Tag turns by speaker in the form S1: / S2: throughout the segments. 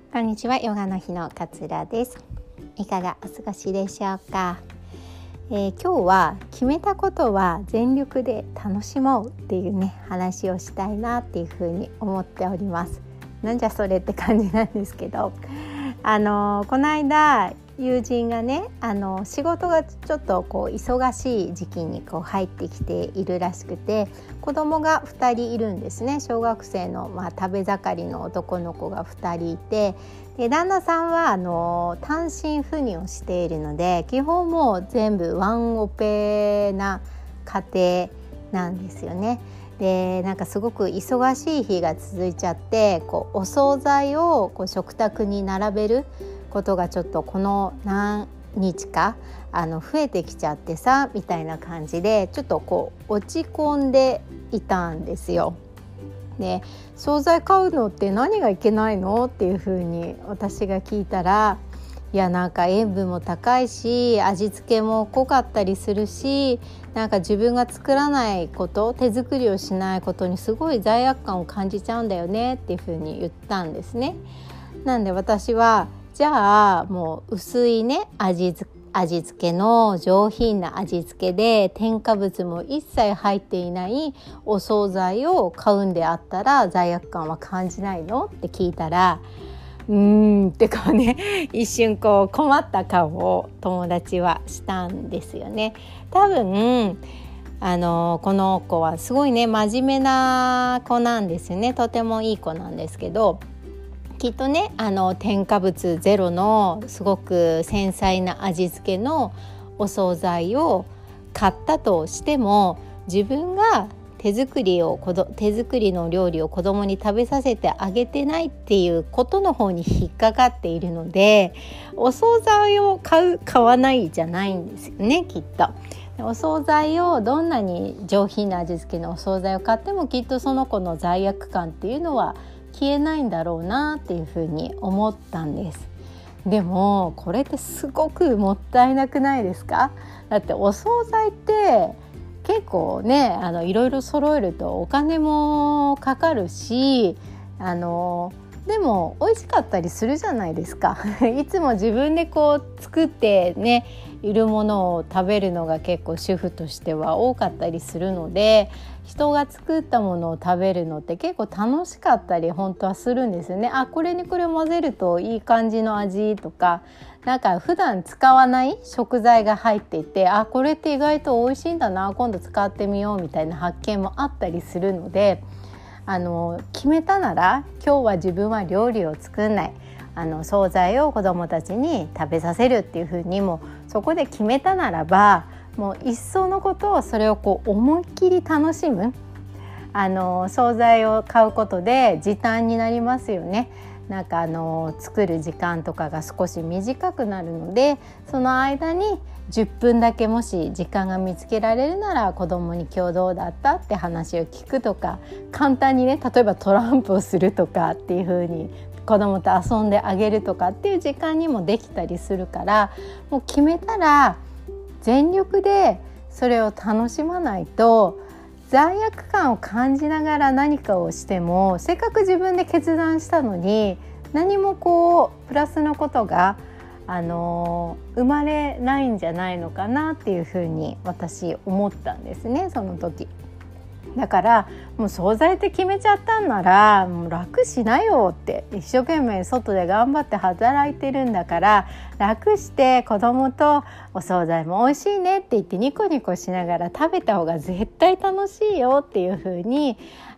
S1: こんにちは、ヨガの日の桂です。いかがお過ごしでしょうか。今日は決めたことは全力で楽しもうっていうね話をしたいなっていうふうに思っております。なんじゃそれって感じなんですけど、この間友人がね仕事がちょっと忙しい時期に入ってきているらしくて、子供が2人いるんですね。小学生の、食べ盛りの男の子が2人いて、で旦那さんは単身赴任をしているので、基本もう全部ワンオペな家庭なんですよね。でなんかすごく忙しい日が続いちゃって、お惣菜を食卓に並べることがちょっとこの何日か増えてきちゃってさみたいな感じで、ちょっと落ち込んでいたんですよ。で惣菜買うのって何がいけないのっていうふうに私が聞いたら、いやなんか塩分も高いし味付けも濃かったりするし、なんか自分が作らないこと、手作りをしないことにすごい罪悪感を感じちゃうんだよねっていうふうに言ったんですね。なんで私はじゃあもう薄いね味付けの上品な味付けで添加物も一切入っていないお惣菜を買うんであったら罪悪感は感じないのって聞いたら、って一瞬困った顔を友達はしたんですよね。多分この子はすごいね真面目な子なんですよね。とてもいい子なんですけど、きっとね添加物ゼロのすごく繊細な味付けのお惣菜を買ったとしても、自分が手作りの料理を子供に食べさせてあげてないっていうことの方に引っかかっているので、お惣菜を買わないじゃないんですよね。きっとお惣菜をどんなに上品な味付けのお惣菜を買っても、きっとその子の罪悪感っていうのは消えないんだろうなっていうふうに思ったんです。でもこれってすごくもったいなくないですか？だってお惣菜って結構ねいろいろ揃えるとお金もかかるし、でも美味しかったりするじゃないですかいつも自分で作ってねいるものを食べるのが結構主婦としては多かったりするので、人が作ったものを食べるのって結構楽しかったり本当はするんですよね。これにこれ混ぜるといい感じの味とか、なんか普段使わない食材が入っていて、これって意外と美味しいんだな、今度使ってみようみたいな発見もあったりするので、決めたなら今日は自分は料理を作んない、惣菜を子どもたちに食べさせるっていう風にもそこで決めたならば、もう一層のことをそれを思いっきり楽しむ、惣菜を買うことで時短になりますよね。なんか作る時間とかが少し短くなるので、その間に10分だけもし時間が見つけられるなら子供に今日どうだったって話を聞くとか、簡単にね例えばトランプをするとかっていう風に子供と遊んであげるとかっていう時間にもできたりするから、もう決めたら全力でそれを楽しまないと、罪悪感を感じながら何かをしても、せっかく自分で決断したのに何もプラスのことが生まれないんじゃないのかなっていうふうに私思ったんですね、その時。だからもう惣菜って決めちゃったんならもう楽しなよって、一生懸命外で頑張って働いてるんだから楽して子供とお惣菜も美味しいねって言ってニコニコしながら食べた方が絶対楽しいよっていう風に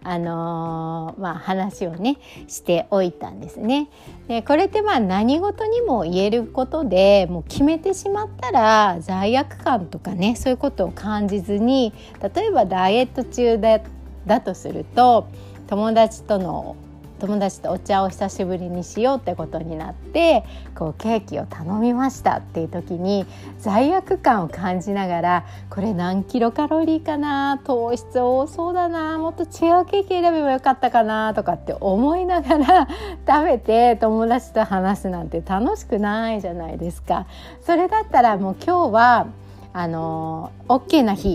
S1: 話をねしておいたんですね。でこれって何事にも言えることで、もう決めてしまったら罪悪感とかねそういうことを感じずに、例えばダイエット中だとすると友達とお茶を久しぶりにしようってことになってケーキを頼みましたっていう時に罪悪感を感じながら、これ何キロカロリーかな、糖質多そうだな、もっと違うケーキ選べばよかったかなとかって思いながら食べて友達と話すなんて楽しくないじゃないですか。それだったらもう今日はOK な日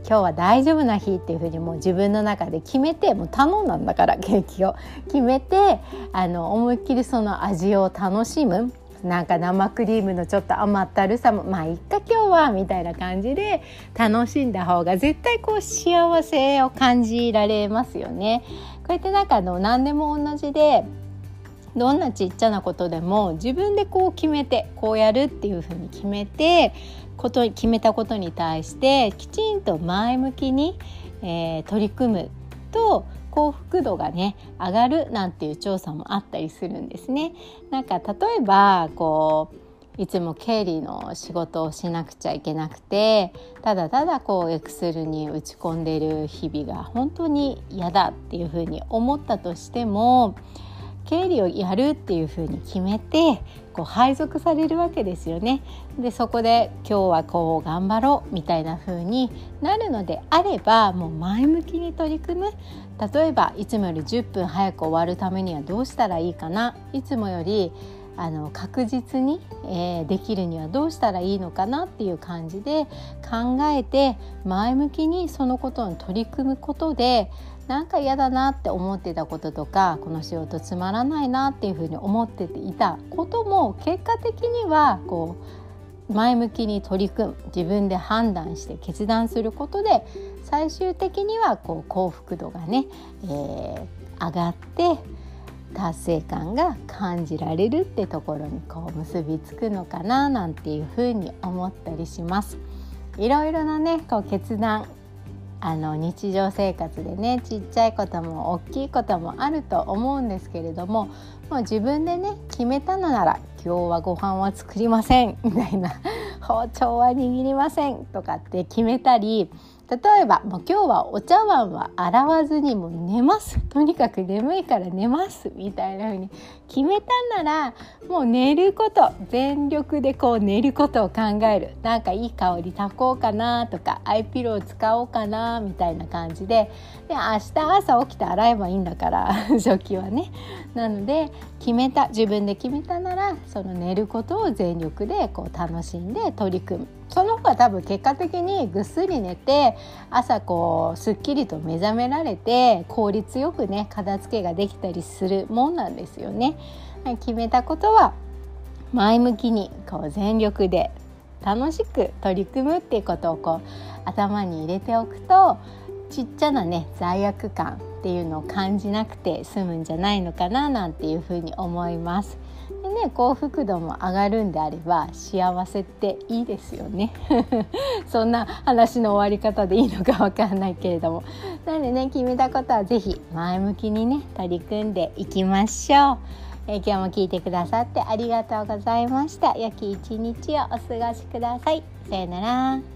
S1: 今日は大丈夫な日っていうふうにもう自分の中で決めて、もう頼んだんだからケーキを決めて思いっきりその味を楽しむ。なんか生クリームのちょっと甘ったるさもまあいっか今日はみたいな感じで楽しんだ方が絶対こう幸せを感じられますよね。こうやってなんか何でも同じで、どんなちっちゃなことでも自分でこう決めてこうやるっていうふうに決めたことに対してきちんと前向きに、取り組むと幸福度がね上がるなんていう調査もあったりするんですね。なんか例えばいつも経理の仕事をしなくちゃいけなくて、ただただエクセルに打ち込んでいる日々が本当に嫌だっていうふうに思ったとしても、経理をやるっていうふうに決めて配属されるわけですよね。でそこで今日は頑張ろうみたいな風になるのであれば、もう前向きに取り組む。例えばいつもより10分早く終わるためにはどうしたらいいかな、いつもより確実に、できるにはどうしたらいいのかなっていう感じで考えて、前向きにそのことに取り組むことで、なんか嫌だなって思ってたこととか、この仕事つまらないなっていうふうに思っていたことも結果的には前向きに取り組む、自分で判断して決断することで最終的には幸福度がね、上がって達成感が感じられるってところに結びつくのかななんていうふうに思ったりします。いろいろなね決断、日常生活でねちっちゃいことも大きいこともあると思うんですけれども、もう自分でね決めたのなら今日はご飯は作りませんみたいな、包丁は握りませんとかって決めたり、例えばもう今日はお茶碗は洗わずにもう寝ます、とにかく眠いから寝ますみたいな風に決めたんなら、もう寝ること、全力で寝ることを考える。なんかいい香り炊こうかなとか、アイピロー使おうかなみたいな感じで、明日朝起きて洗えばいいんだから食器はね。なので自分で決めたなら、その寝ることを全力で楽しんで取り組む。その方が多分結果的にぐっすり寝て、朝すっきりと目覚められて効率よくね片付けができたりするもんなんですよね。決めたことは前向きに全力で楽しく取り組むっていうことを頭に入れておくと、ちっちゃなね罪悪感っていうのを感じなくて済むんじゃないのかななんていうふうに思います。でね、幸福度も上がるんであれば幸せっていいですよねそんな話の終わり方でいいのかわかんないけれども、なのでね決めたことはぜひ前向きにね取り組んでいきましょう。今日も聞いてくださってありがとうございました。良き一日をお過ごしください。さよなら。